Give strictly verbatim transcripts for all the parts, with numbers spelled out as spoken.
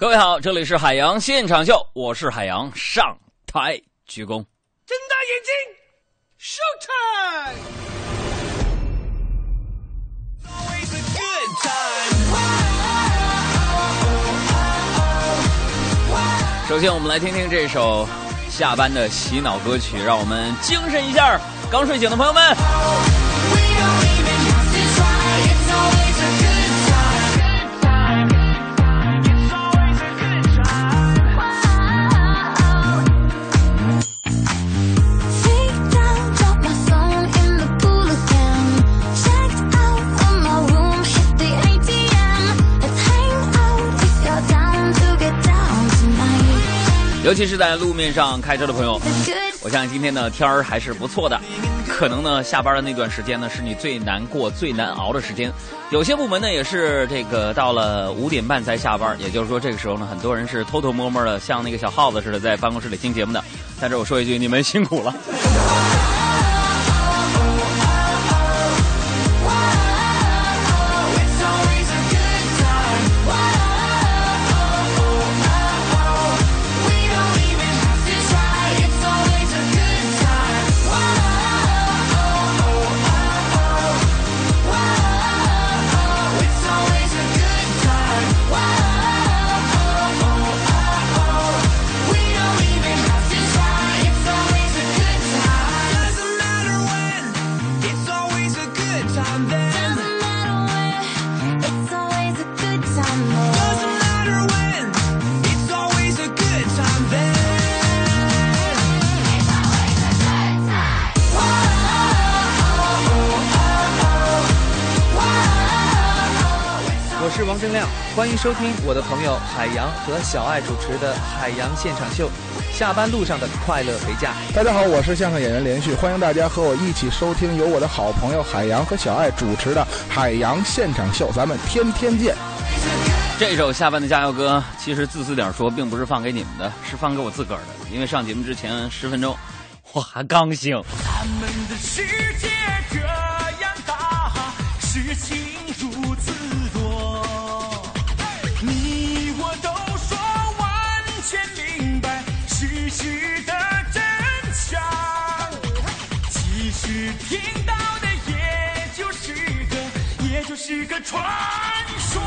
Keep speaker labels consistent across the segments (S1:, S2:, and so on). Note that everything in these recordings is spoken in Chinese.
S1: 各位好，这里是海洋现场秀，我是海洋，上台鞠躬。
S2: 睁大眼睛 ，show time！
S1: 首先，我们来听听这首下班的洗脑歌曲，让我们精神一下。刚睡醒的朋友们。尤其是在路面上开车的朋友，我相信今天的天儿还是不错的。可能呢，下班的那段时间呢，是你最难过、最难熬的时间。有些部门呢，也是这个到了五点半才下班，也就是说，这个时候呢，很多人是偷偷摸摸的，像那个小耗子似的，在办公室里听节目的。在这我说一句，你们辛苦了。
S3: 我是王铮亮，欢迎收听我的朋友海洋和小爱主持的海洋现场秀，下班路上的快乐陪驾。
S4: 大家好，我是相声演员连续，欢迎大家和我一起收听由我的好朋友海洋和小爱主持的海洋现场秀，咱们天天见。
S1: 这首下班的加油歌，其实自私点说，并不是放给你们的，是放给我自个儿的。因为上节目之前十分钟，我还刚醒。
S2: 他们的世界这样大，事情如此多，你我都说完全明白事实的真相，其实听到的也就是个，也就是个传说。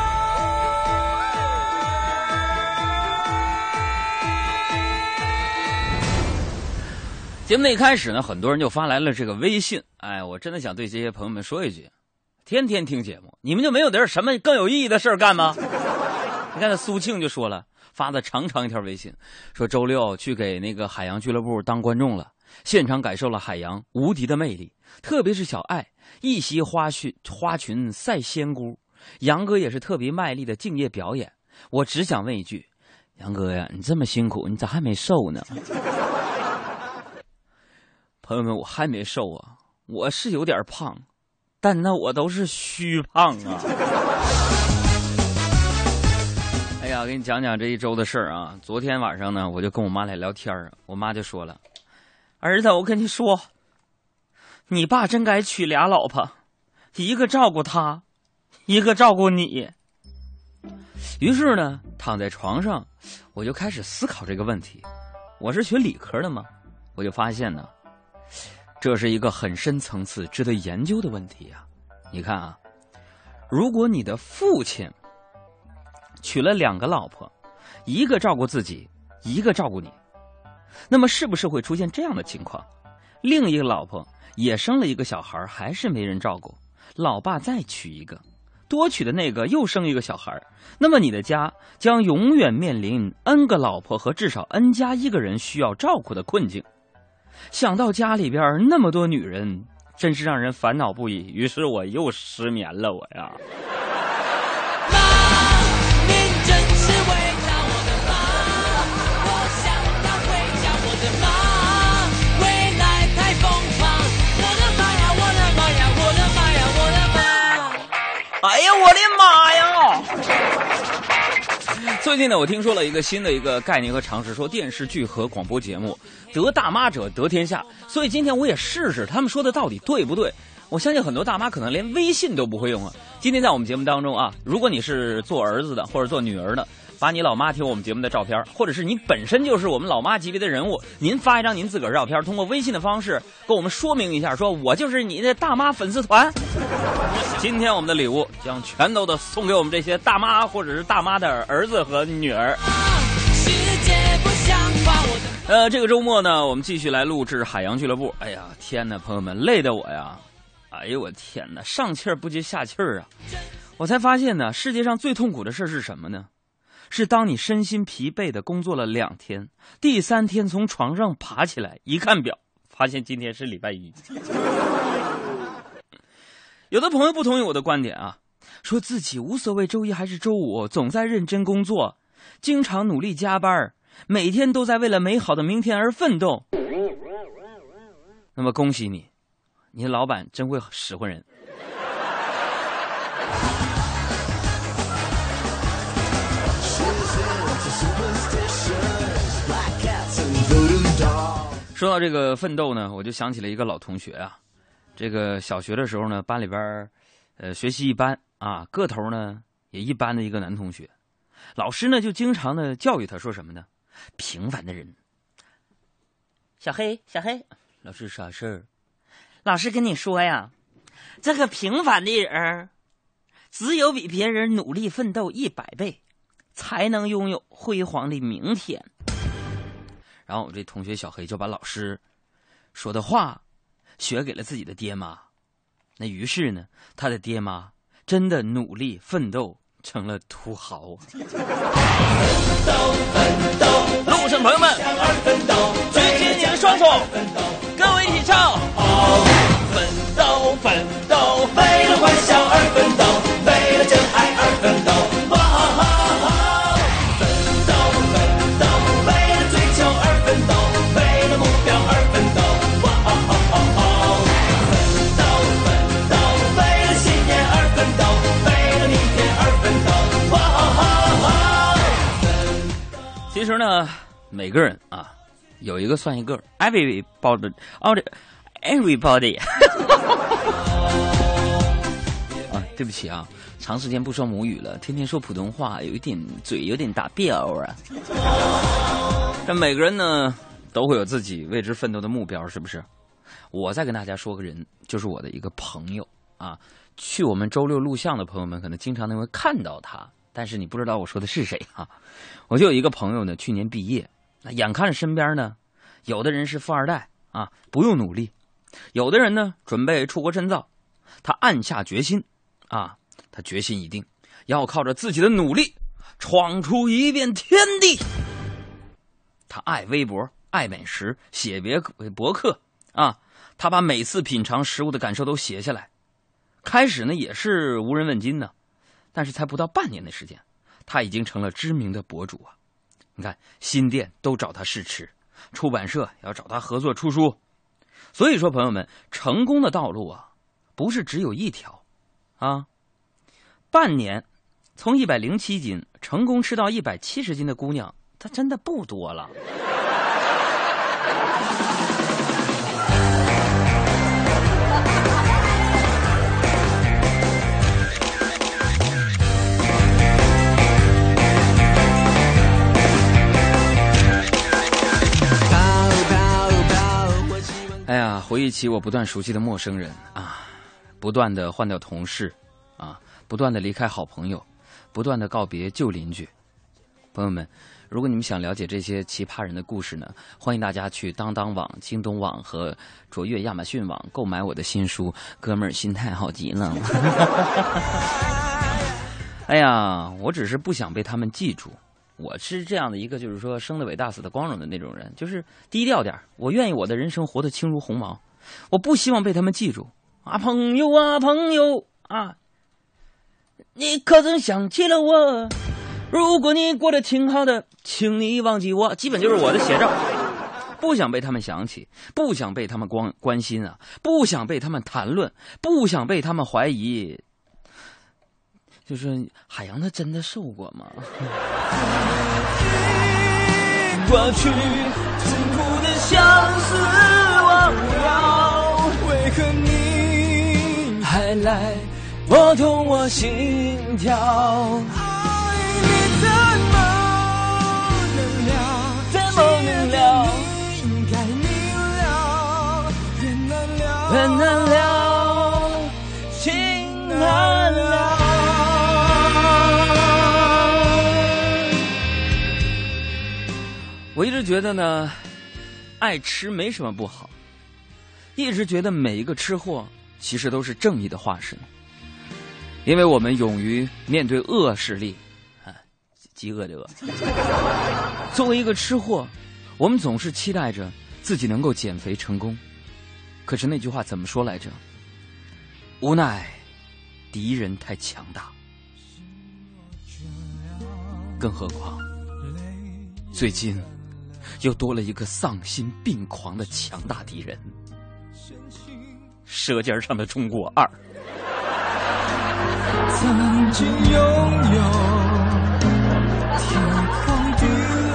S1: 节目的一开始呢，很多人就发来了这个微信。哎，我真的想对这些朋友们说一句：天天听节目，你们就没有点什么更有意义的事儿干吗？你看，那苏庆就说了，发的长长一条微信，说周六去给那个海洋俱乐部当观众了，现场感受了海洋无敌的魅力，特别是小爱一袭花裙花裙赛仙姑，杨哥也是特别卖力的敬业表演。我只想问一句，杨哥呀，你这么辛苦，你咋还没瘦呢？朋友们，我还没瘦啊，我是有点胖，但那我都是虚胖啊。哎呀，给你讲讲这一周的事儿啊。昨天晚上呢，我就跟我妈俩聊天啊，我妈就说了：“儿子，我跟你说，你爸真该娶俩老婆，一个照顾他，一个照顾你。”于是呢，躺在床上，我就开始思考这个问题。我是学理科的嘛，我就发现呢，这是一个很深层次、值得研究的问题啊！你看啊，如果你的父亲娶了两个老婆，一个照顾自己，一个照顾你，那么是不是会出现这样的情况？另一个老婆也生了一个小孩，还是没人照顾，老爸再娶一个，多娶的那个又生一个小孩，那么你的家将永远面临 N 个老婆和至少 N 加一个人需要照顾的困境。想到家里边那么多女人，真是让人烦恼不已。于是我又失眠了，我呀。
S2: 妈，您真是伟大，我的妈，我想她会叫我的妈，未来太疯狂，我的妈呀，我的妈呀，我的妈呀，我的妈！
S1: 哎呀，我的妈呀！最近呢，我听说了一个新的一个概念和常识，说电视剧和广播节目得大妈者得天下，所以今天我也试试他们说的到底对不对。我相信很多大妈可能连微信都不会用啊。今天在我们节目当中啊，如果你是做儿子的或者做女儿的， 把你老妈听我们节目的照片，或者是你本身就是我们老妈级别的人物，您发一张您自个儿照片，通过微信的方式跟我们说明一下，说我就是你的大妈粉丝团。今天我们的礼物将全都的送给我们这些大妈或者是大妈的儿子和女儿。
S2: 世界不像话，我的
S1: 呃，这个周末呢，我们继续来录制海洋俱乐部。哎呀，天哪，朋友们，累得我呀！哎呦，我天哪，上气儿不接下气儿啊！我才发现呢，世界上最痛苦的事是什么呢？是当你身心疲惫的工作了两天，第三天从床上爬起来，一看表，发现今天是礼拜一。有的朋友不同意我的观点啊，说自己无所谓周一还是周五，总在认真工作，经常努力加班，每天都在为了美好的明天而奋斗。那么恭喜你，你的老板真会使唤人。说到这个奋斗呢，我就想起了一个老同学啊。这个小学的时候呢，班里边呃学习一般啊，个头呢也一般的一个男同学，老师呢就经常的教育他说什么呢？平凡的人。小黑，小黑，老师啥事儿？老师跟你说呀，这个平凡的人，只有比别人努力奋斗一百倍，才能拥有辉煌的明天。然后我这同学小黑就把老师说的话学给了自己的爹妈，那于是呢，他的爹妈真的努力奋斗成了土豪。路上朋友们，举起你的双手，跟我一起唱。奋斗奋斗，为了欢笑而奋斗，为了真爱而奋斗。哇哈哈！奋斗奋斗，为了追求而奋斗，为了目标而奋斗。哇哈哈！奋斗奋斗，为了信念而奋斗，为了明天而奋斗。哇哈哈！其实呢，每个人啊，有一个算一个 ，everybody， everybody。啊，对不起啊，长时间不说母语了，天天说普通话，有一点嘴有点打标啊。但每个人呢，都会有自己为之奋斗的目标，是不是？我再跟大家说个人，就是我的一个朋友啊。去我们周六录像的朋友们，可能经常能会看到他，但是你不知道我说的是谁啊。我就有一个朋友呢，去年毕业，那眼看着身边呢，有的人是富二代啊，不用努力。有的人呢，准备出国深造，他暗下决心啊，他决心已定，要靠着自己的努力闯出一片天地。他爱微博，爱美食，写别博客啊，他把每次品尝食物的感受都写下来。开始呢也是无人问津呢，但是才不到半年的时间，他已经成了知名的博主啊。你看，新店都找他试吃，出版社要找他合作出书。所以说，朋友们，成功的道路啊，不是只有一条，啊，半年从一百零七斤成功吃到一百七十斤的姑娘，她真的不多了。哎呀，回忆起我不断熟悉的陌生人啊，不断的换掉同事啊，不断的离开好朋友，不断的告别旧邻居。朋友们，如果你们想了解这些奇葩人的故事呢，欢迎大家去当当网、京东网和卓越亚马逊网购买我的新书《哥们儿心态好极了》。哎呀，我只是不想被他们记住。我是这样的一个，就是说生的伟大死的光荣的那种人，就是低调点，我愿意我的人生活得轻如鸿毛，我不希望被他们记住啊，朋友啊，朋友啊，你可曾想起了我？如果你过得挺好的，请你忘记我。基本就是我的写照，不想被他们想起，不想被他们关关心啊，不想被他们谈论，不想被他们怀疑。就是海洋他真的瘦过吗？过去残酷的相思忘不了，为何你还来拨动我心跳？爱你怎么温暖了，情难了。我一直觉得呢，爱吃没什么不好，一直觉得每一个吃货其实都是正义的化身，因为我们勇于面对恶势力，啊，饥饿的饿。作为一个吃货，我们总是期待着自己能够减肥成功，可是那句话怎么说来着？无奈敌人太强大，更何况最近又多了一个丧心病狂的强大敌人——舌尖上的中国二。
S2: 曾经拥有天荒地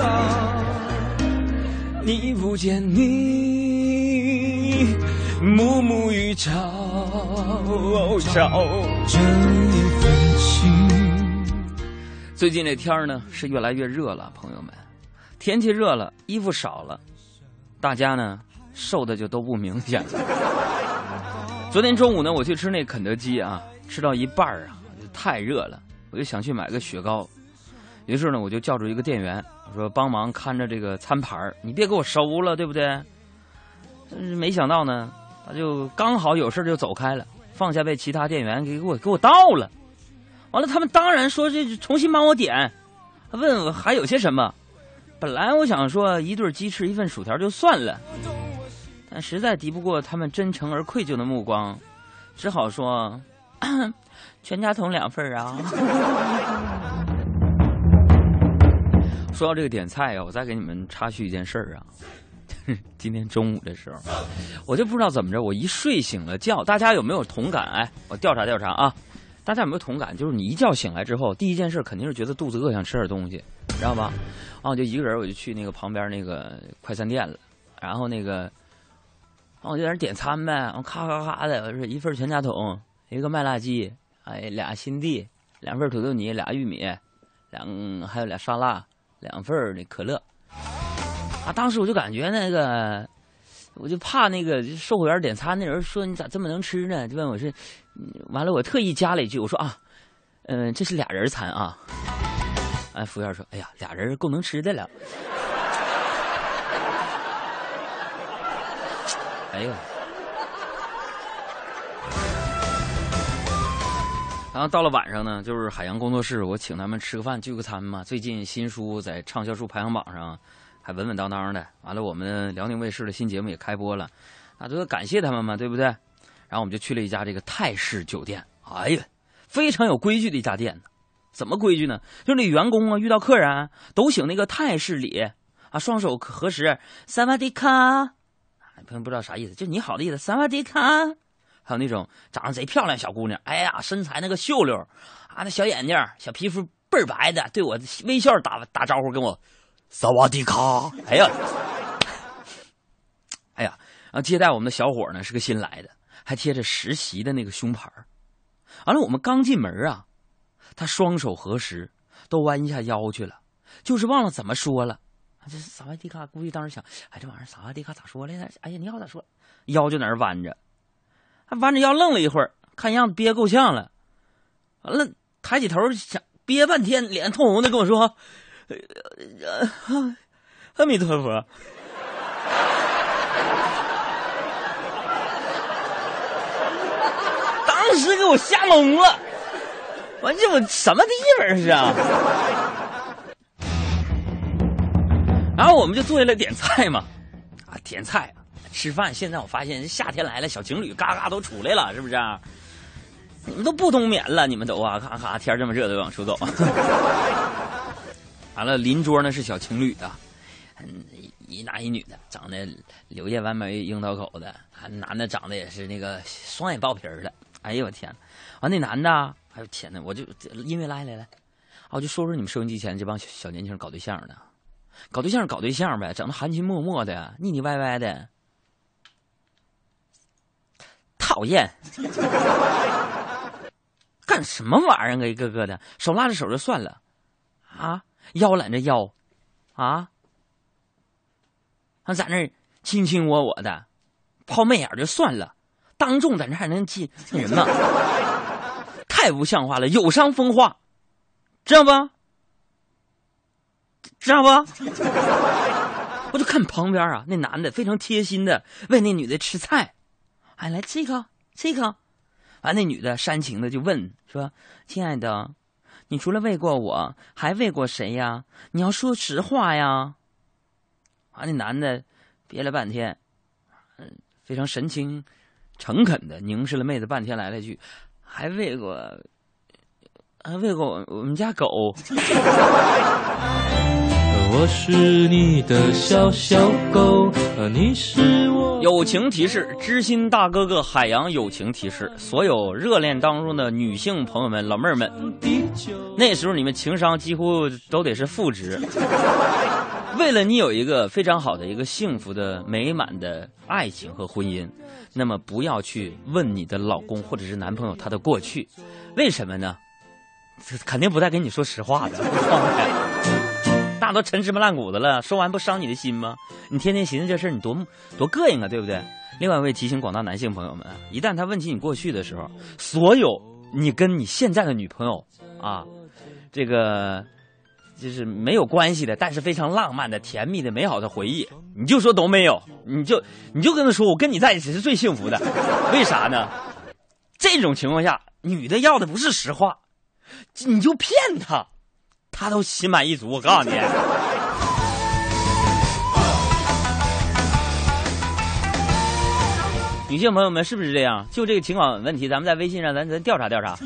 S2: 老，
S1: 你不见你，暮暮与朝朝。
S2: 这一份情。
S1: 最近这天儿呢是越来越热了，朋友们，天气热了，衣服少了，大家呢瘦的就都不明显了。昨天中午呢，我去吃那肯德基啊，吃到一半啊，就太热了，我就想去买个雪糕。于是呢，我就叫住一个店员，我说帮忙看着这个餐盘，你别给我收了，对不对？嗯，没想到呢，他就刚好有事就走开了，放下被其他店员给我给我倒了。完了，他们当然说这重新帮我点，问我还有些什么。本来我想说一对鸡翅一份薯条就算了，但实在敌不过他们真诚而愧疚的目光，只好说全家桶两份啊。说到这个点菜啊，我再给你们插叙一件事儿啊。今天中午的时候，我就不知道怎么着，我一睡醒了觉，大家有没有同感？哎，我调查调查啊，大家有没有同感？就是你一觉醒来之后，第一件事肯定是觉得肚子饿，想吃点东西，知道吧？然后我就一个人，我就去那个旁边那个快餐店了，然后那个，然后我就在那点餐呗，然后咔咔咔的，我说一份全家桶，一个麦辣鸡，哎，俩新地，两份土豆泥，俩玉米，两还有俩沙拉，两份那可乐。啊，当时我就感觉那个，我就怕那个售货员点餐那人说你咋这么能吃呢？就问我是，完了我特意加了一句，我说啊，嗯、呃，这是俩人餐啊。哎，服务员说，哎呀，俩人够能吃的了。哎呦。然后到了晚上呢，就是海洋工作室，我请他们吃个饭聚个餐嘛。最近新书在畅销书排行榜上还稳稳当当的。完了，我们辽宁卫视的新节目也开播了，那都要感谢他们嘛，对不对？然后我们就去了一家这个泰式酒店，哎呀，非常有规矩的一家店。怎么规矩呢？就是那员工啊，遇到客人啊，都请那个泰式礼啊，双手合十，萨瓦迪卡，朋友不知道啥意思，就你好的意思，萨瓦迪卡。还有那种长得贼漂亮小姑娘，哎呀，身材那个秀溜啊，那小眼睛，小皮肤倍儿白的，对我微笑打打招呼，跟我萨瓦迪卡。哎呀，哎呀，然后接待我们的小伙呢是个新来的，还贴着实习的那个胸牌。完了，我们刚进门啊，他双手合十，都弯下腰去了，就是忘了怎么说了。这萨瓦迪卡，估计当时想，哎，这玩意儿萨瓦迪卡咋说来着？哎呀，你好咋说？腰就在那弯着。他弯着腰愣了一会儿，看样子憋够呛了，完了抬起头想憋半天，脸通红的跟我说：“呃呃、阿弥陀佛。”当时给我吓懵了，完这我什么地方是啊？然后我们就坐下来点菜嘛，啊，点菜。吃饭，现在我发现夏天来了，小情侣嘎嘎都出来了，是不是？你们都不冬眠了，你们都啊，咔咔，天这么热都往出走。完了，邻桌呢是小情侣的，嗯，一男一女的，长得柳叶弯眉、樱桃口的，啊，男的长得也是那个双眼爆皮的。哎呦我天！完那男的，哎呦天哪！我就音乐来来来，我就说说你们收音机前这帮小小年轻搞对象的，搞对象搞对象呗，整得含情脉脉的，腻腻歪歪的。讨厌，干什么玩意儿啊？一个个的，手拉着手就算了，啊，腰揽着腰，啊，还在那卿卿我我的，抛媚眼就算了， 当众在那还能气人吗？太不像话了，有伤风化，知道吧？知道不？我就看旁边啊，那男的非常贴心的喂那女的吃菜，哎，来吃一口，吃一口。完，那女的煽情的就问说：“亲爱的，你除了喂过我，还喂过谁呀？你要说实话呀。”完，那男的憋了半天，嗯，非常神情诚恳的凝视了妹子半天，来了一句：“还喂过，还喂过我我们家狗。”
S2: 我是你的小小狗，你是我。
S1: 友情提示：知心大哥哥海洋友情提示，所有热恋当中的女性朋友们、老妹儿们，那时候你们情商几乎都得是负值。为了你有一个非常好的一个幸福的美满的爱情和婚姻，那么不要去问你的老公或者是男朋友他的过去，为什么呢？肯定不带跟你说实话的。那都陈芝麻烂谷子了，说完不伤你的心吗？你天天寻思这事儿，你多多膈应啊，对不对？另外，我也提醒广大男性朋友们，一旦他问起你过去的时候，所有你跟你现在的女朋友啊，这个就是没有关系的，但是非常浪漫的、甜蜜的、美好的回忆，你就说都没有，你就你就跟他说，我跟你在一起是最幸福的。为啥呢？这种情况下，女的要的不是实话，你就骗她。他都心满意足，我告诉你。女性朋友们是不是这样？就这个情感问题，咱们在微信上咱咱调查调查。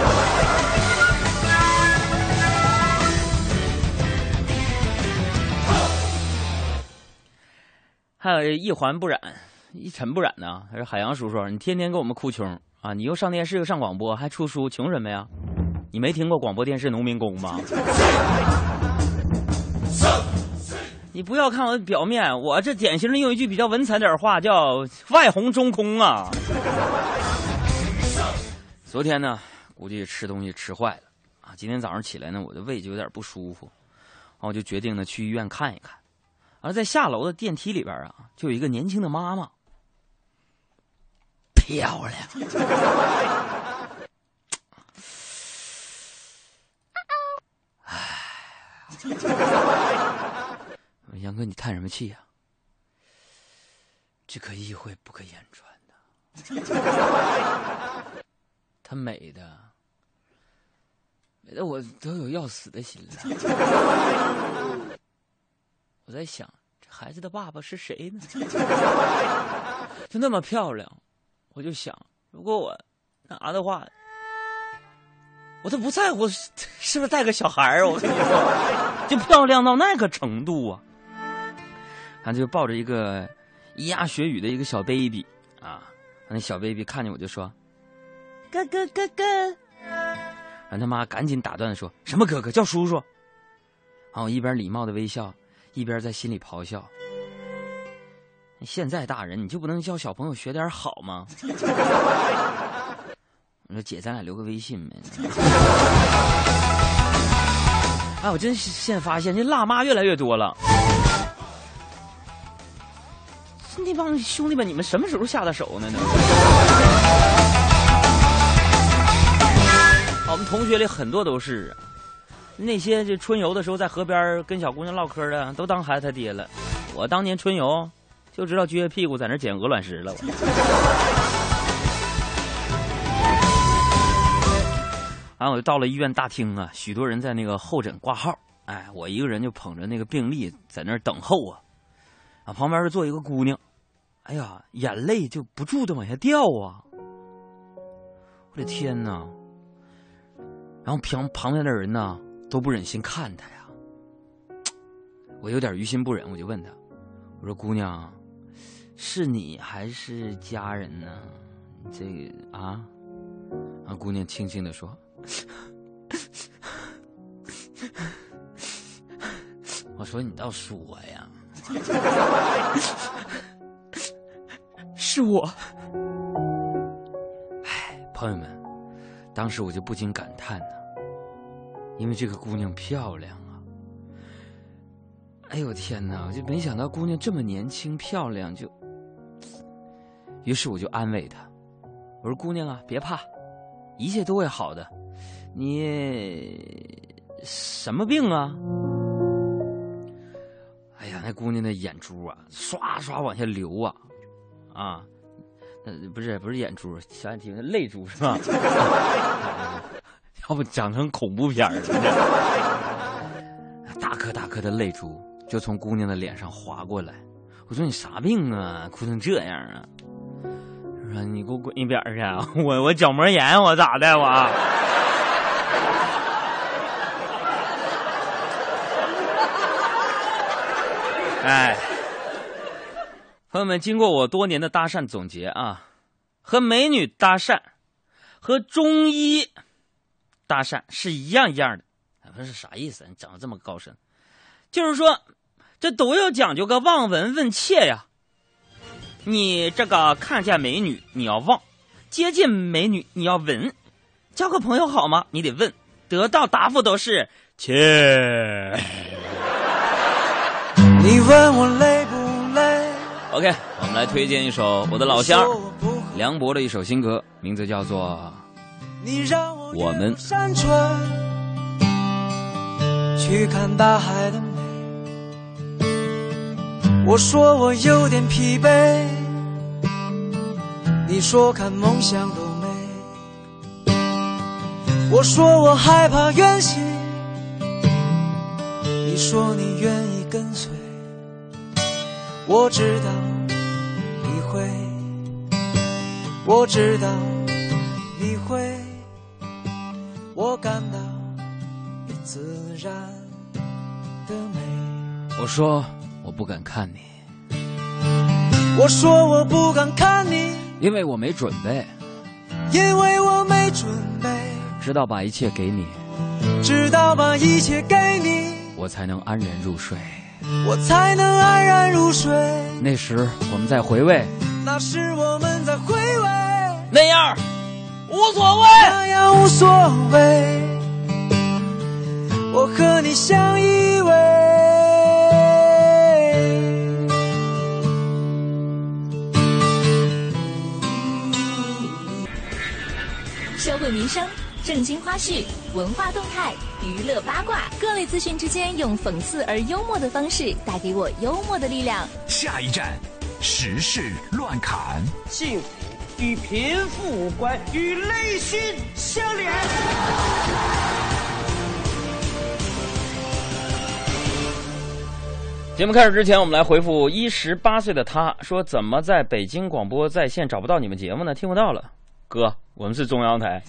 S1: 还有一环不染，一尘不染呢。他说：“海洋叔叔，你天天跟我们哭穷啊！你又上电视又上广播，还出书，穷什么呀？你没听过广播电视农民工吗？你不要看我的表面，我这典型的用一句比较文采点话，叫外红中空啊。”昨天呢，估计吃东西吃坏了啊。今天早上起来呢，我的胃就有点不舒服，然后我就决定呢去医院看一看。而在下楼的电梯里边啊，就有一个年轻的妈妈，漂亮。杨哥，你叹什么气呀、啊？只可意会，不可言传的。她美的，美的我都有要死的心了。我在想，这孩子的爸爸是谁呢？就那么漂亮，我就想，如果我拿的话，我都不在乎是不是带个小孩儿。我跟你说，就漂亮到那个程度啊！他就抱着一个咿呀学语的一个小 baby 啊，那小 baby 看见我就说：“哥哥哥哥。”然后他妈赶紧打断说：“什么哥哥？叫叔叔。”然后我一边礼貌的微笑，一边在心里咆哮：“现在大人你就不能教小朋友学点好吗？”我说：“姐，咱俩留个微信呗。”哎，我真是现在发现这辣妈越来越多了。那帮兄弟们，你们什么时候下的手呢？我们同学里很多都是那些这春游的时候在河边跟小姑娘唠嗑的，都当孩子他爹了。我当年春游就知道撅屁股在那捡鹅卵石了。然后我就到了医院大厅啊，许多人在那个候诊挂号，哎，我一个人就捧着那个病历在那儿等候啊。啊，旁边就坐一个姑娘，哎呀，眼泪就不住的往下掉啊！我的天哪！然后旁旁边的人呢都不忍心看她呀，我有点于心不忍，我就问她，我说：“姑娘，是你还是家人呢？这个啊？”然后姑娘轻轻的说：“我说你倒说呀。”是我。哎，朋友们，当时我就不禁感叹呢，因为这个姑娘漂亮啊。哎呦天哪，我就没想到姑娘这么年轻漂亮，就，于是我就安慰她， 我说姑娘啊，别怕，一切都会好的。你什么病啊？哎呀，那姑娘的眼珠啊，刷刷往下流啊，啊，呃，不是不是眼珠，小眼睛泪珠是吧？要不讲成恐怖片了。大颗大颗的泪珠就从姑娘的脸上滑过来。我说你啥病啊，哭成这样啊？我说你给我滚一边去啊！我我角膜炎，我咋的我？哎，朋友们，经过我多年的搭讪总结啊，和美女搭讪和中医搭讪是一样一样的。不是啥意思？你讲的这么高深，就是说这都要讲究个望闻问切呀。你这个看见美女你要望，接近美女你要闻，交个朋友好吗？你得问，得到答复都是切。
S2: 你问我累不累
S1: OK， 我们来推荐一首我的老乡梁博的一首新歌，名字叫做
S2: 你让我
S1: 我们
S2: 山川去看大海的美。我说我有点疲惫，你说看梦想多美。我说我害怕远行，你说你愿意跟随。我知道你会，我知道你会，我感到你自然的美。
S1: 我说我不敢看你，
S2: 我说我不敢看你，
S1: 因为我没准备，
S2: 因为我没准备，
S1: 直到把一切给你，
S2: 直到把一切给你，
S1: 我才能安然入睡。
S2: 我才能安然入睡。
S1: 那时我们在回味，
S2: 那时我们在回味，
S1: 那样无所谓，
S2: 那样无所谓。我和你相依偎。
S5: 社会民生、正经花絮、文化动态、娱乐八卦，各类资讯之间，用讽刺而幽默的方式，带给我幽默的力量。
S6: 下一站，时事乱侃。
S7: 幸福与贫富无关，与内心相连。
S1: 节目开始之前，我们来回复一十八岁的他说：“怎么在北京广播在线找不到你们节目呢？听不到了，哥，我们是中央台。”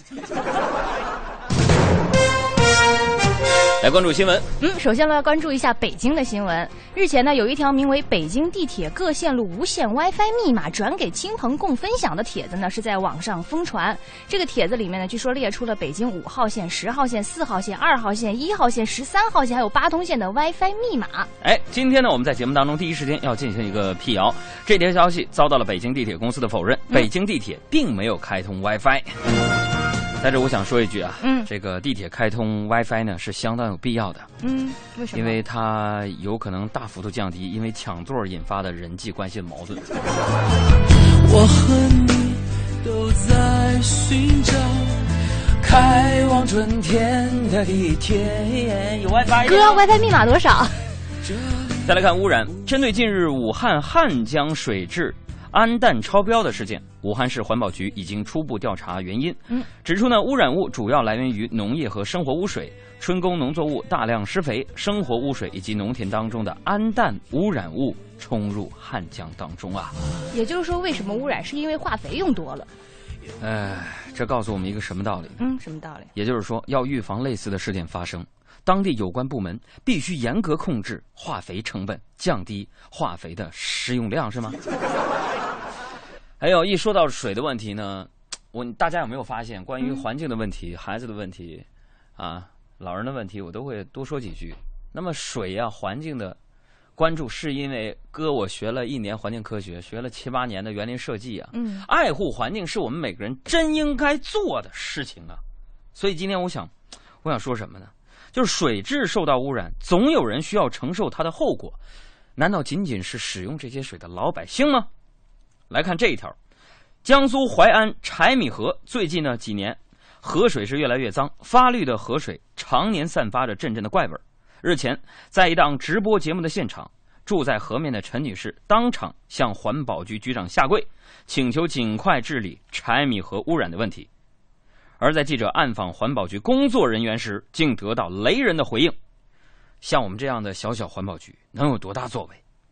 S1: 来关注新闻。
S8: 嗯，首先来关注一下北京的新闻。日前呢，有一条名为“北京地铁各线路无线 WiFi 密码转给亲朋共分享”的帖子呢，是在网上疯传。这个帖子里面呢，据说列出了北京五号线、十号线、四号线、二号线、一号线、十三号线还有八通线的 WiFi 密码。
S1: 哎，今天呢，我们在节目当中第一时间要进行一个辟谣，这条消息遭到了北京地铁公司的否认，
S8: 嗯、
S1: 北京地铁并没有开通 WiFi。在这我想说一句啊，
S8: 嗯，
S1: 这个地铁开通 WiFi 呢是相当有必要的，
S8: 嗯，为什么？
S1: 因为它有可能大幅度降低因为抢座引发的人际关系的矛盾。
S2: 我和你都在寻找开往春天的地铁。
S1: 有 WiFi
S8: 哥 ，WiFi 密码多少？
S1: 再来看污染，针对近日武汉汉江水质氨氮超标的事件，武汉市环保局已经初步调查原因，
S8: 嗯，
S1: 指出呢，污染物主要来源于农业和生活污水、春耕农作物大量施肥、生活污水以及农田当中的氨氮污染物冲入汉江当中啊。
S8: 也就是说，为什么污染？是因为化肥用多了。
S1: 哎，这告诉我们一个什么道理？
S8: 嗯，什么道理？
S1: 也就是说，要预防类似的事件发生，当地有关部门必须严格控制化肥成本，降低化肥的施用量，是吗？还有，一说到水的问题呢，我大家有没有发现，关于环境的问题、嗯、孩子的问题，啊，老人的问题，我都会多说几句。那么水啊，环境的关注，是因为哥我学了一年环境科学，学了七八年的园林设计啊，
S8: 嗯，
S1: 爱护环境是我们每个人真应该做的事情啊。所以今天我想，我想说什么呢？就是水质受到污染，总有人需要承受它的后果，难道仅仅是使用这些水的老百姓吗？来看这一条， 江苏淮安柴米河最近呢几年，河水是越来越脏，发绿的河水常年散发着阵阵的怪味儿。日前，在一档直播节目的现场，住在河面的陈女士当场向环保局局长下跪，请求尽快治理柴米河污染的问题。而在记者暗访环保局工作人员时，竟得到雷人的回应：像我们这样的小小环保局能有多大作为？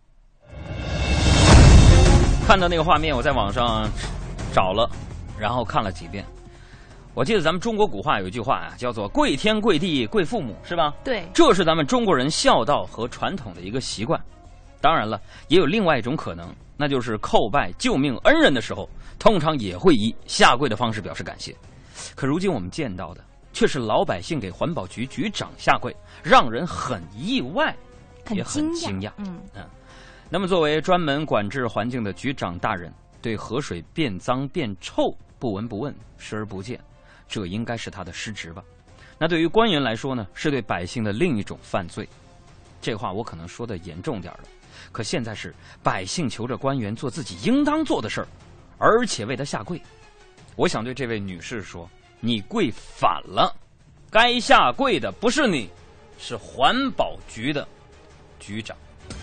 S1: 看到那个画面，我在网上找了，然后看了几遍。我记得咱们中国古话有一句话啊，叫做跪天跪地跪父母，是吧？
S8: 对，
S1: 这是咱们中国人孝道和传统的一个习惯。当然了，也有另外一种可能，那就是叩拜救命恩人的时候，通常也会以下跪的方式表示感谢。可如今我们见到的却是老百姓给环保局局长下跪，让人很意外，也很惊讶。
S8: 嗯
S1: 嗯。那么作为专门管制环境的局长大人，对河水变脏变臭不闻不问视而不见，这应该是他的失职吧？那对于官员来说呢，是对百姓的另一种犯罪。这话我可能说的严重点了，可现在是百姓求着官员做自己应当做的事儿，而且为他下跪。我想对这位女士说，你跪反了，该下跪的不是你，是环保局的局长。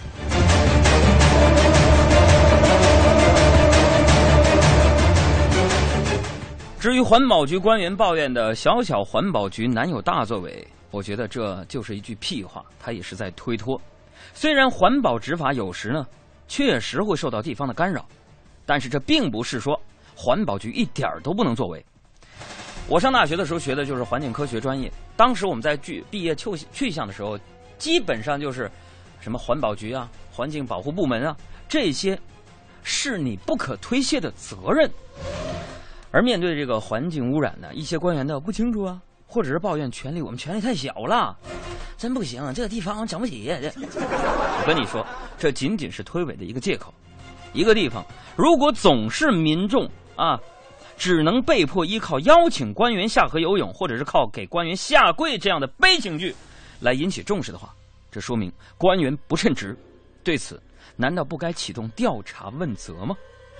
S1: 至于环保局官员抱怨的小小环保局难有大作为，我觉得这就是一句屁话，他也是在推脱。虽然环保执法有时呢确实会受到地方的干扰，但是这并不是说环保局一点都不能作为。我上大学的时候学的就是环境科学专业，当时我们在毕毕业去去向的时候，基本上就是什么环保局啊、环境保护部门啊，这些是你不可推卸的责任。而面对这个环境污染呢，一些官员呢不清楚啊，或者是抱怨权力我们权力太小了，真不行，这个地方整不起。我跟你说，这仅仅是推诿的一个借口。一个地方如果总是民众啊，只能被迫依靠邀请官员下河游泳，或者是靠给官员下跪这样的悲情剧来引起重视的话，这说明官员不称职。对此，难道不该启动调查问责吗？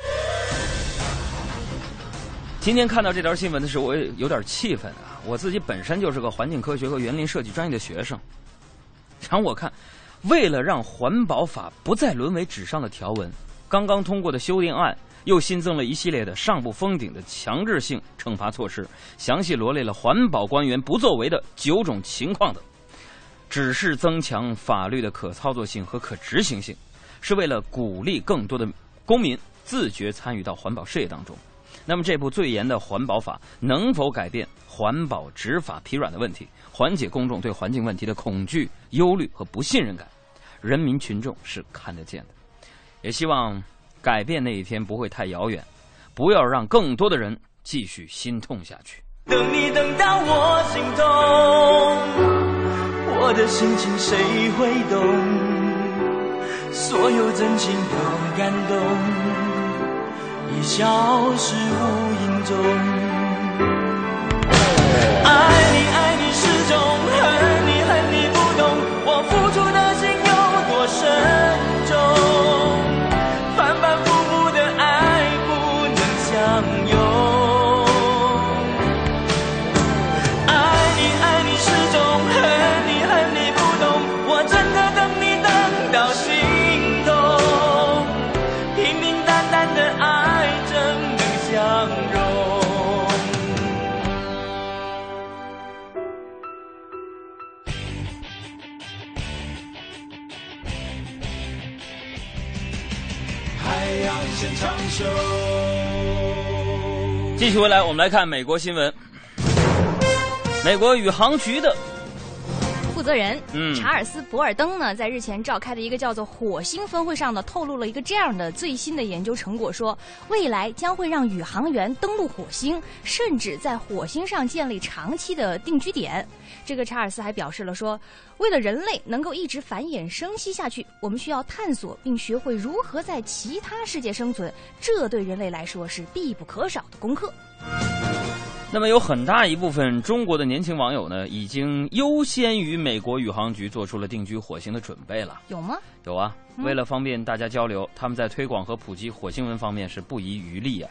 S1: 今天看到这条新闻的时候，我也有点气愤啊！我自己本身就是个环境科学和园林设计专业的学生，然后我看，为了让环保法不再沦为纸上的条文，刚刚通过的修订案又新增了一系列的上不封顶的强制性惩罚措施，详细罗列了环保官员不作为的九种情况等，只是增强法律的可操作性和可执行性，是为了鼓励更多的公民自觉参与到环保事业当中。那么这部最严的环保法能否改变环保执法疲软的问题，缓解公众对环境问题的恐惧、忧虑和不信任感，人民群众是看得见的。也希望改变那一天不会太遥远，不要让更多的人继续心痛下去。
S2: 等你等到我心痛，我的心情谁会懂？所有真情和感动已消失无影踪。爱你爱你始终，恨你恨你不懂，我付出的心有多深重，反反复复的爱不能相拥。爱你爱你始终，恨你恨你不懂，我真的等你等到心痛，平平淡淡的爱怎能相容？海洋现场秀，
S1: 继续回来，我们来看美国新闻。美国宇航局的
S8: 负责人、
S1: 嗯、
S8: 查尔斯·博尔登呢，在日前召开的一个叫做火星峰会上呢，透露了一个这样的最新的研究成果，说未来将会让宇航员登陆火星，甚至在火星上建立长期的定居点。这个查尔斯还表示了说，为了人类能够一直繁衍生息下去，我们需要探索并学会如何在其他世界生存，这对人类来说是必不可少的功课。
S1: 那么有很大一部分中国的年轻网友呢，已经优先于美国宇航局做出了定居火星的准备了。
S8: 有吗？
S1: 有啊，
S8: 嗯、
S1: 为了方便大家交流，他们在推广和普及火星文方面是不遗余力啊。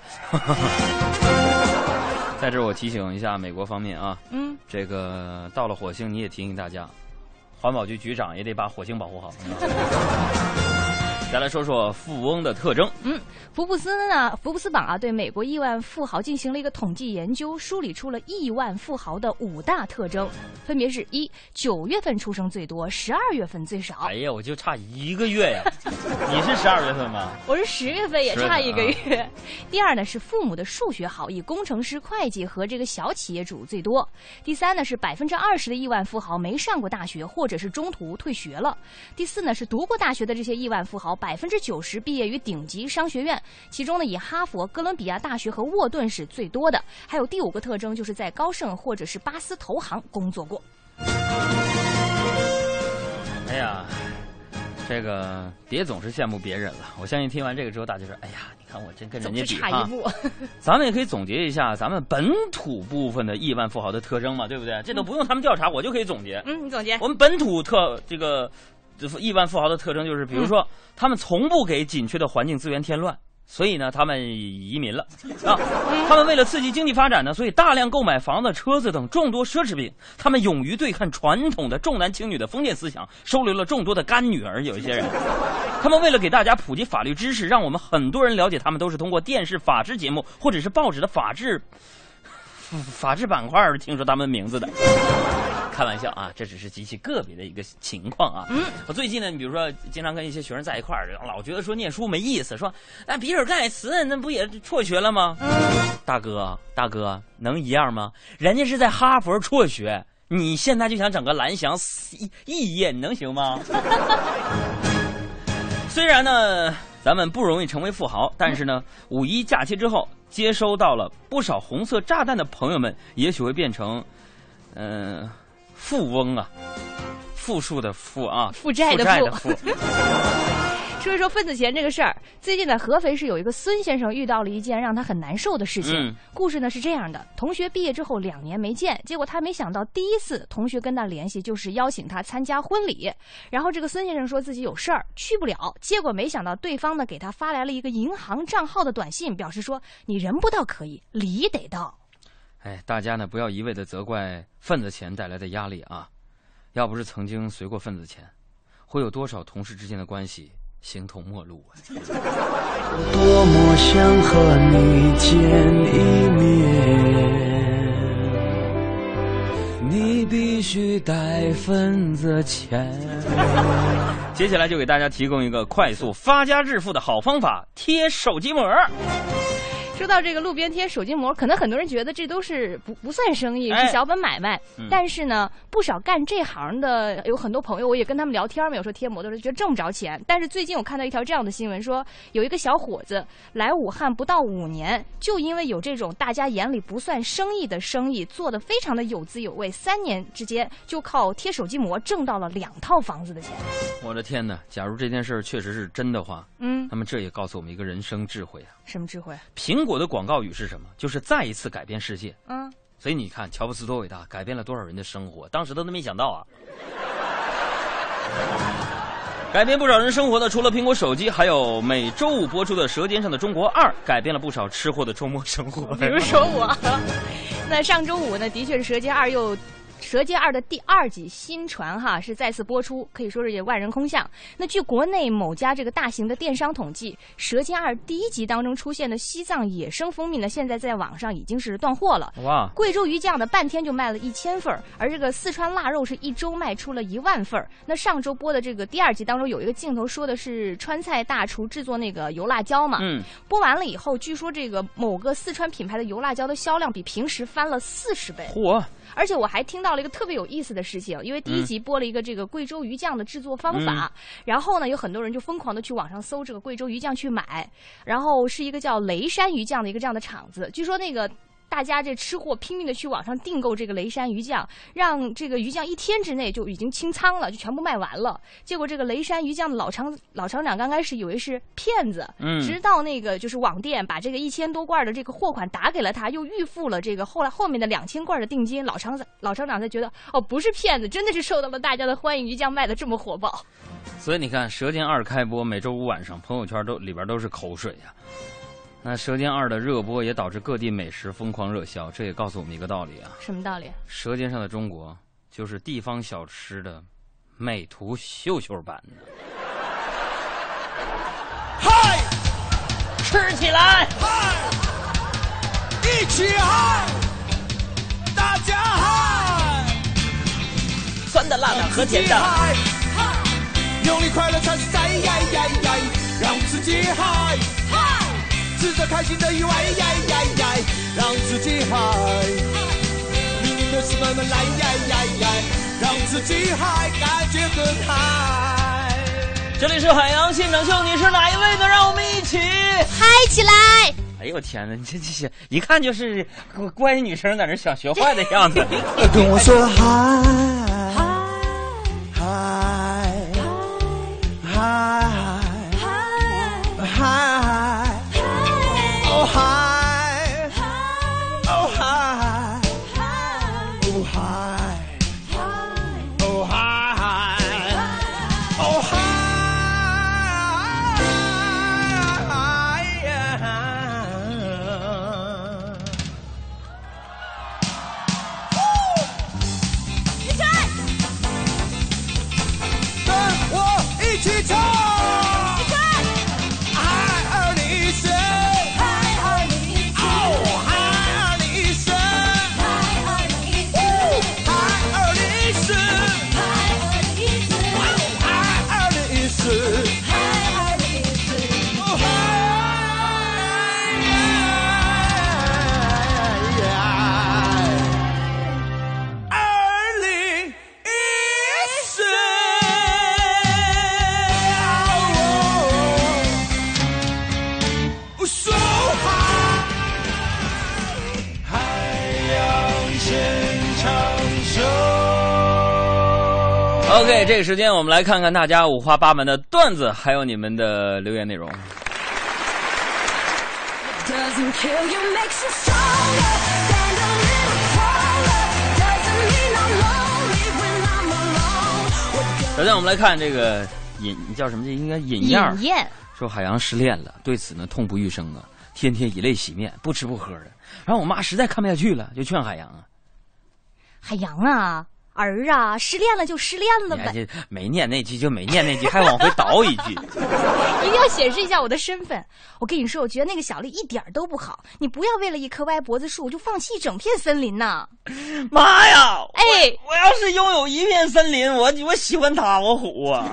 S1: 在这儿我提醒一下美国方面啊，
S8: 嗯，
S1: 这个到了火星你也提醒大家，环保局局长也得把火星保护好。再来说说富翁的特征。
S8: 嗯，福布斯呢，福布斯榜啊，对美国亿万富豪进行了一个统计研究，梳理出了亿万富豪的五大特征，分别是：一、九月份出生最多，十二月份最少。
S1: 哎呀，我就差一个月呀！你是十二月份吗？
S8: 我是十月份，也差一个月。
S1: 啊、
S8: 第二呢是父母的数学好，以工程师、会计和这个小企业主最多。第三呢是百分之二十的亿万富豪没上过大学，或者是中途退学了。第四呢是读过大学的这些亿万富豪。百分之九十毕业于顶级商学院，其中呢以哈佛、哥伦比亚大学和沃顿是最多的。还有第五个特征，就是在高盛或者是巴斯投行工作过。
S1: 哎呀，这个别总是羡慕别人了。我相信听完这个之后，大家说：“哎呀，你看我真跟人家比
S8: 哈。”差一步。
S1: 咱们也可以总结一下咱们本土部分的亿万富豪的特征嘛，对不对？这都不用他们调查，我就可以总结。
S8: 嗯，你总结。
S1: 我们本土特这个。亿万富豪的特征就是，比如说，嗯、他们从不给紧缺的环境资源添乱，所以呢，他们移民了啊。他们为了刺激经济发展呢，所以大量购买房子、车子等众多奢侈品。他们勇于对抗传统的重男轻女的封建思想，收留了众多的干女儿。有一些人，他们为了给大家普及法律知识，让我们很多人了解他们，都是通过电视法制节目或者是报纸的法制法制板块听说他们名字的。开玩笑啊，这只是极其个别的一个情况啊。嗯，我最近呢，你比如说，经常跟一些学生在一块儿，老觉得说念书没意思，说那比尔盖茨那不也辍学了吗？嗯，大哥大哥，能一样吗？人家是在哈佛辍学，你现在就想整个蓝翔肄业，你能行吗？虽然呢，咱们不容易成为富豪，但是呢，五一假期之后，接收到了不少红色炸弹的朋友们，也许会变成，嗯、呃。富翁啊，负数的负啊，
S8: 负债的
S1: 负。
S8: 说一说份子钱这个事儿，最近在合肥市有一个孙先生遇到了一件让他很难受的事情。嗯、故事呢是这样的：同学毕业之后两年没见，结果他没想到第一次同学跟他联系就是邀请他参加婚礼，然后这个孙先生说自己有事儿去不了，结果没想到对方呢给他发来了一个银行账号的短信，表示说你人不到可以，礼得到。
S1: 哎，大家呢不要一味的责怪份子钱带来的压力啊！要不是曾经随过份子钱，会有多少同事之间的关系形同陌路啊！
S2: 多么想和你见一面，你必须带份子钱。
S1: 接下来就给大家提供一个快速发家致富的好方法——贴手机膜。
S8: 说到这个路边贴手机膜，可能很多人觉得这都是不不算生意，是小本买卖。哎嗯、但是呢，不少干这行的有很多朋友，我也跟他们聊天嘛，有时候贴膜都是觉得挣不着钱。但是最近我看到一条这样的新闻，说有一个小伙子来武汉不到五年，就因为有这种大家眼里不算生意的生意，做得非常的有滋有味，三年之间就靠贴手机膜挣到了两套房子的钱。
S1: 我的天哪！假如这件事确实是真的话，
S8: 嗯，
S1: 那么这也告诉我们一个人生智慧啊。
S8: 什么智慧？
S1: 苹果的广告语是什么？就是再一次改变世界。
S8: 嗯，
S1: 所以你看，乔布斯多伟大，改变了多少人的生活，当时他都没想到啊。改变不少人生活的，除了苹果手机，还有每周五播出的《舌尖上的中国二》，改变了不少吃货的周末生活。
S8: 比如说我，那上周五呢，的确是《舌尖二》又。《舌尖二》的第二季新传哈是再次播出，可以说是也万人空巷。那据国内某家这个大型的电商统计，《舌尖二》第一集当中出现的西藏野生蜂蜜呢，现在在网上已经是断货了。
S1: 哇！
S8: 贵州鱼酱的半天就卖了一千份，而这个四川腊肉是一周卖出了一万份。那上周播的这个第二集当中有一个镜头说的是川菜大厨制作那个油辣椒嘛，
S1: 嗯，
S8: 播完了以后，据说这个某个四川品牌的油辣椒的销量比平时翻了四十倍。
S1: 嚯！
S8: 而且我还听到了一个特别有意思的事情，因为第一集播了一个这个贵州鱼酱的制作方法，嗯、然后呢，有很多人就疯狂的去网上搜这个贵州鱼酱去买，然后是一个叫雷山鱼酱的一个这样的厂子，据说那个大家这吃货拼命的去网上订购这个雷山鱼酱，让这个鱼酱一天之内就已经清仓了，就全部卖完了。结果这个雷山鱼酱的老厂老厂长刚开始以为是骗子，
S1: 嗯，
S8: 直到那个就是网店把这个一千多罐的这个货款打给了他，又预付了这个后来后面的两千罐的定金，老厂老厂长才觉得哦不是骗子，真的是受到了大家的欢迎，鱼酱卖的这么火爆。
S1: 所以你看，《舌尖二》开播，每周五晚上朋友圈都里边都是口水呀、啊。那《舌尖二》的热播也导致各地美食疯狂热销，这也告诉我们一个道理啊。
S8: 什么道理？
S1: 舌尖上的中国就是地方小吃的美图秀秀版的。
S7: 嗨，
S1: 吃起来！
S7: 嗨，一起嗨，大家嗨，
S1: 酸的、辣的和甜的。
S7: 嗨，用力快乐才是在呀呀呀，让自己嗨，嗨，吃着开心的意外呀呀呀，让自己嗨，明明的事慢慢来呀呀呀，让自己嗨，感觉更嗨。
S1: 这里是海洋现场秀，你是哪一位呢？让我们一起
S8: 嗨起来！
S1: 哎呦我天哪，你这这些一看就是乖女生在那想学坏的样子。
S7: 跟我说嗨嗨嗨嗨嗨哦嗨哦嗨哦嗨哦嗨哦嗨。一起唱！嗨，二零一四！嗨，二零一四！哦，嗨，二零一四！嗨，二零一四！嗨，二零一四！嗨，二零一四！嗨，二零一四！哦嗨！二零一四！
S1: OK， 这个时间我们来看看大家五花八门的段子，还有你们的留言内容。首先我们来看这个尹叫什么？这应该尹燕儿。
S8: 尹燕
S1: 说海洋失恋了，对此呢痛不欲生啊，天天以泪洗面，不吃不喝的。然后我妈实在看不下去了，就劝海洋啊，
S8: 海洋啊。儿啊，失恋了就失恋了呗。
S1: 没念那句就没念那句，还往回倒一句。
S8: 一定要显示一下我的身份。我跟你说，我觉得那个小丽一点都不好。你不要为了一棵歪脖子树就放弃整片森林呐！
S1: 妈呀！
S8: 哎，
S1: 我，我要是拥有一片森林，我我喜欢它，我虎啊！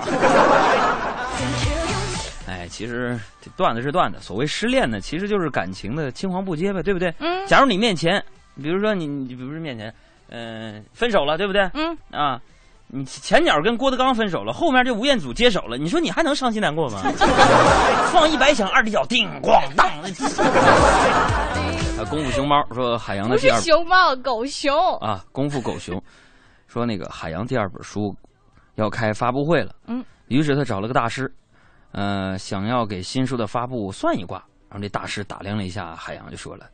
S1: 哎，其实这段子是段子。所谓失恋呢，其实就是感情的青黄不接呗，对不对？
S8: 嗯。
S1: 假如你面前，比如说你，你比如说面前。嗯、呃，分手了，对不对？
S8: 嗯
S1: 啊，你前脚跟郭德纲分手了，后面这吴彦祖接手了，你说你还能伤心难过吗？放一百响，二踢脚，叮咣当。啊，功夫熊猫说海洋的第二
S8: 不是熊猫，狗熊
S1: 啊，功夫狗熊说那个海洋第二本书要开发布会了，
S8: 嗯，
S1: 于是他找了个大师，呃，想要给新书的发布算一卦，然后这大师打量了一下海洋，就说了：“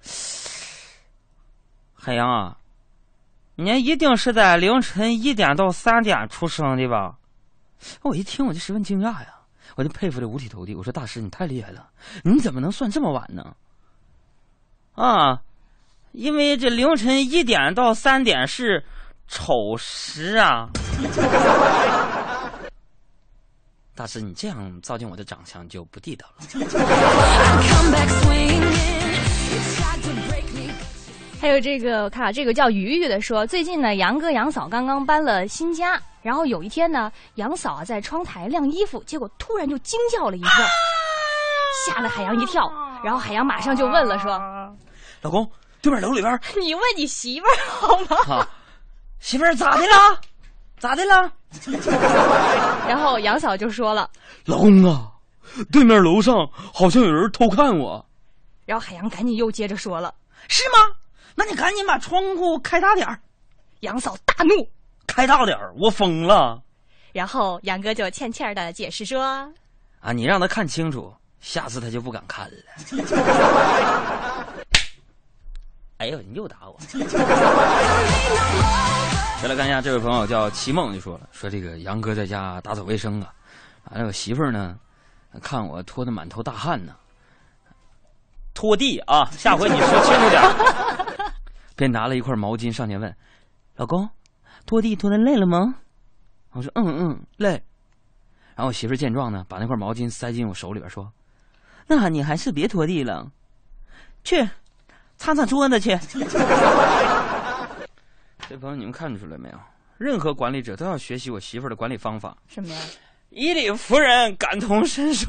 S1: 海洋啊。”你一定是在凌晨一点到三点出生的吧？我一听我就十分惊讶呀，我就佩服的五体投地。我说大师你太厉害了，你怎么能算这么晚呢？啊，因为这凌晨一点到三点是丑时啊。大师你这样造就我的长相就不地道了。
S8: 还有这个，我看啊，这个叫鱼鱼的说，最近呢，杨哥杨嫂刚刚搬了新家，然后有一天呢，杨嫂啊在窗台晾衣服，结果突然就惊叫了一声，吓了海洋一跳，然后海洋马上就问了说：“
S1: 老公，对面楼里边，
S8: 你问你媳妇儿好吗？
S1: 啊、媳妇儿咋的了？咋的了？”
S8: 然后杨嫂就说了：“
S1: 老公啊，对面楼上好像有人偷看我。”
S8: 然后海洋赶紧又接着说了：“
S1: 是吗？ 那你赶紧把窗户开大点儿。
S8: 杨嫂大怒，
S1: 开大点儿，我疯了。
S8: 然后杨哥就欠欠的解释说：“
S1: 啊，你让他看清楚，下次他就不敢看了。”哎呦，你又打我！再来看一下，这位朋友叫齐梦就说了，说这个杨哥在家打扫卫生啊，完了我媳妇儿呢，看我拖得满头大汗呢，拖地啊，下回你说清楚点。便拿了一块毛巾上前问：“老公，拖地拖得累了吗？”我说：“嗯嗯，累。”然后我媳妇儿见状呢，把那块毛巾塞进我手里边说：“那你还是别拖地了，去擦擦桌子去。”这朋友，你们看出来没有？任何管理者都要学习我媳妇儿的管理方法。
S8: 什么呀？
S1: 以理服人，感同身受。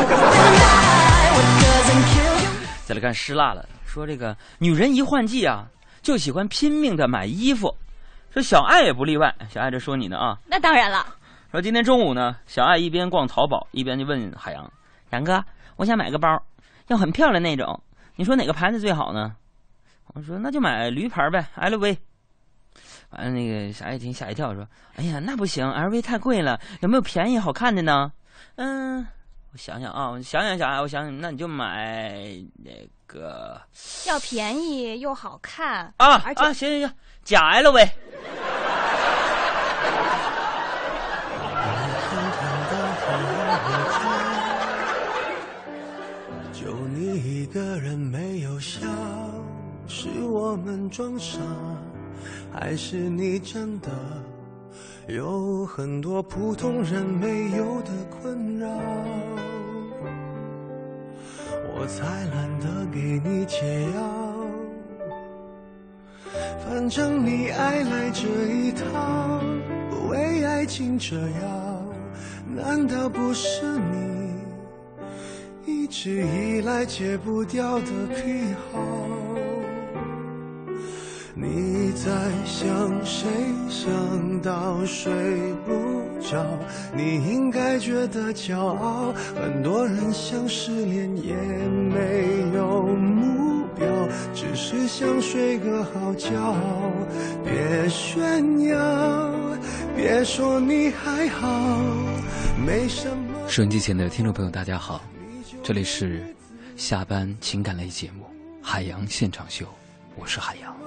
S1: 再来看湿辣了，说这个女人一换季啊，就喜欢拼命的买衣服，说小爱也不例外。小爱这说你呢啊？
S8: 那当然了。
S1: 说今天中午呢，小爱一边逛淘宝，一边就问海洋：“杨哥，我想买个包，要很漂亮那种，你说哪个牌子最好呢？”我说：“那就买驴牌呗 ，L V。”完了，那个小爱一听吓一跳，说：“哎呀，那不行 ，L V 太贵了，有没有便宜好看的呢？”嗯，我想想啊，我想想小爱，我想想，那你就买那个，
S8: 要便宜又好看
S1: 啊
S8: 而且
S1: 啊，行行行，假 L V。
S7: 就你一个人没有笑，是我们装傻，还是你真的有很多普通人没有的困扰？我才懒得给你解药，反正你爱来这一套，为爱情这样，难道不是你一直以来戒不掉的癖好？你在想谁，想到睡不着，你应该觉得骄傲。很多人想失恋也没有目标，只是想睡个好觉。别炫耀，别说你还好，没什么。
S3: 收音机前的听众朋友大家好，这里是下班情感类节目《海洋现场秀》，我是海洋。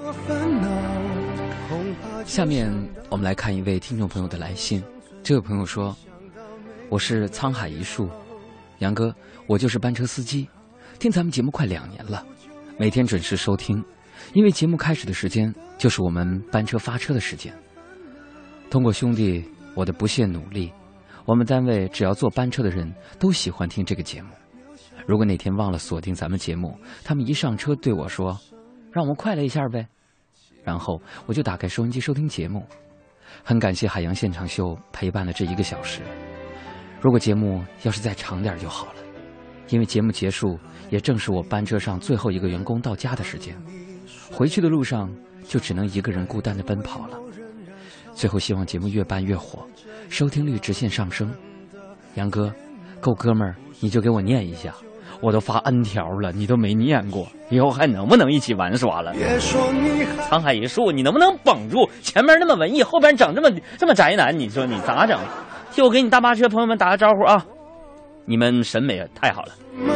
S3: 下面我们来看一位听众朋友的来信。这位朋友说：“我是沧海一粟，杨哥，我就是班车司机，听咱们节目快两年了，每天准时收听，因为节目开始的时间就是我们班车发车的时间。通过兄弟我的不懈努力，我们单位只要坐班车的人都喜欢听这个节目。如果哪天忘了锁定咱们节目，他们一上车对我说，让我们快乐一下呗，然后我就打开收音机收听节目。很感谢海洋现场秀陪伴了这一个小时，如果节目要是再长点就好了，因为节目结束也正是我班车上最后一个员工到家的时间，回去的路上就只能一个人孤单地奔跑了。最后希望节目越办越火，收听率直线上升。杨哥，够哥们儿你就给我念一下，我都发 N 条了，你都没念过，以后还能不能一起玩耍了？沧海一粟，你能不能绷住？前面那么文艺，后边整这么这么宅男，你说你咋整？替我给你大巴车朋友们打个招呼啊！你们审美太好了。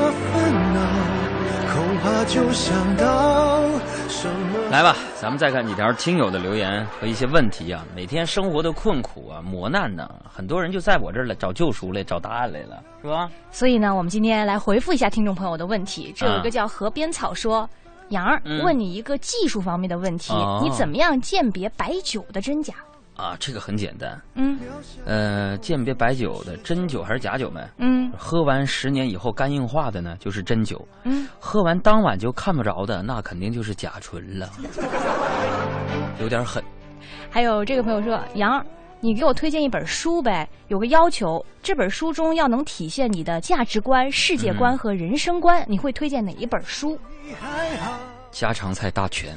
S3: 来吧，咱们再看几条听友的留言和一些问题啊。每天生活的困苦啊、磨难呢、啊，很多人就在我这儿来找救赎来、找答案来了，是吧？
S8: 所以呢，我们今天来回复一下听众朋友的问题。这有一个叫河边草说，啊、杨儿、嗯、问你一个技术方面的问题，哦、你怎么样鉴别白酒的真假？
S1: 啊，这个很简单。
S8: 嗯，
S1: 呃，鉴别白酒的真酒还是假酒没？
S8: 嗯，
S1: 喝完十年以后肝硬化的呢，就是真酒。
S8: 嗯，
S1: 喝完当晚就看不着的，那肯定就是甲醇了，有点狠。
S8: 还有这个朋友说，杨，你给我推荐一本书呗，有个要求，这本书中要能体现你的价值观、世界观和人生观，嗯、你会推荐哪一本书？
S1: 家常菜大全。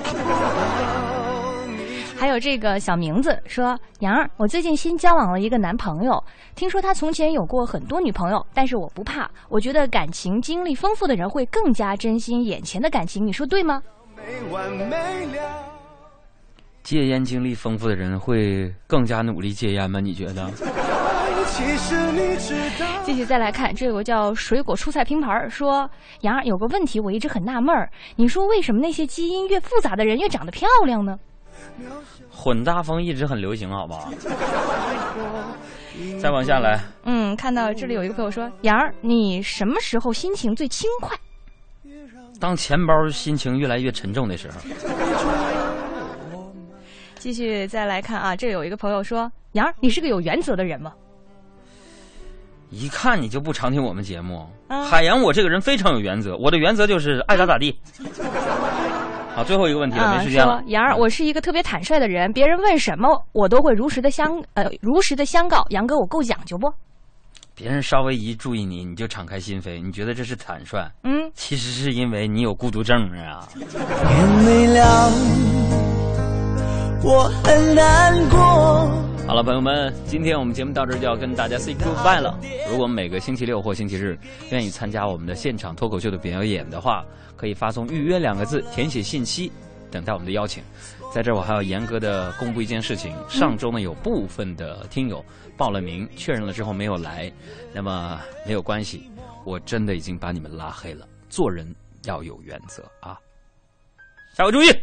S8: 还有这个小名字说，杨儿，我最近新交往了一个男朋友，听说他从前有过很多女朋友，但是我不怕，我觉得感情经历丰富的人会更加珍惜眼前的感情，你说对吗？
S7: 完美了。
S1: 戒烟经历丰富的人会更加努力戒烟吗？你觉得？
S7: 其实你知道。
S8: 继续再来看，这有个叫水果蔬菜拼盘说，杨儿有个问题我一直很纳闷儿，你说为什么那些基因越复杂的人越长得漂亮呢？
S1: 混搭风一直很流行，好不好？再往下来，
S8: 嗯，看到这里有一个朋友说，杨儿，你什么时候心情最轻快？
S1: 当钱包心情越来越沉重的时候。
S8: 继续再来看啊，这有一个朋友说，杨儿，你是个有原则的人吗？
S1: 一看你就不常听我们节目。
S8: 啊、
S1: 海洋，我这个人非常有原则，我的原则就是爱咋咋地。好，最后一个问题了，
S8: 啊、
S1: 没时间了。
S8: 杨儿，我是一个特别坦率的人，别人问什么我都会如实的相呃如实的相告。杨哥，我够讲究不？
S1: 别人稍微一注意你，你就敞开心扉，你觉得这是坦率？
S8: 嗯，
S1: 其实是因为你有孤独症啊。
S7: 天没亮，我很难过。
S1: 好了，朋友们，今天我们节目到这儿就要跟大家 say goodbye 了。如果每个星期六或星期日愿意参加我们的现场脱口秀的表演的话，可以发送预约两个字，填写信息，等待我们的邀请。在这儿我还要严格的公布一件事情，上周呢有部分的听友报了名，确认了之后没有来，那么没有关系，我真的已经把你们拉黑了。做人要有原则啊，下回注意。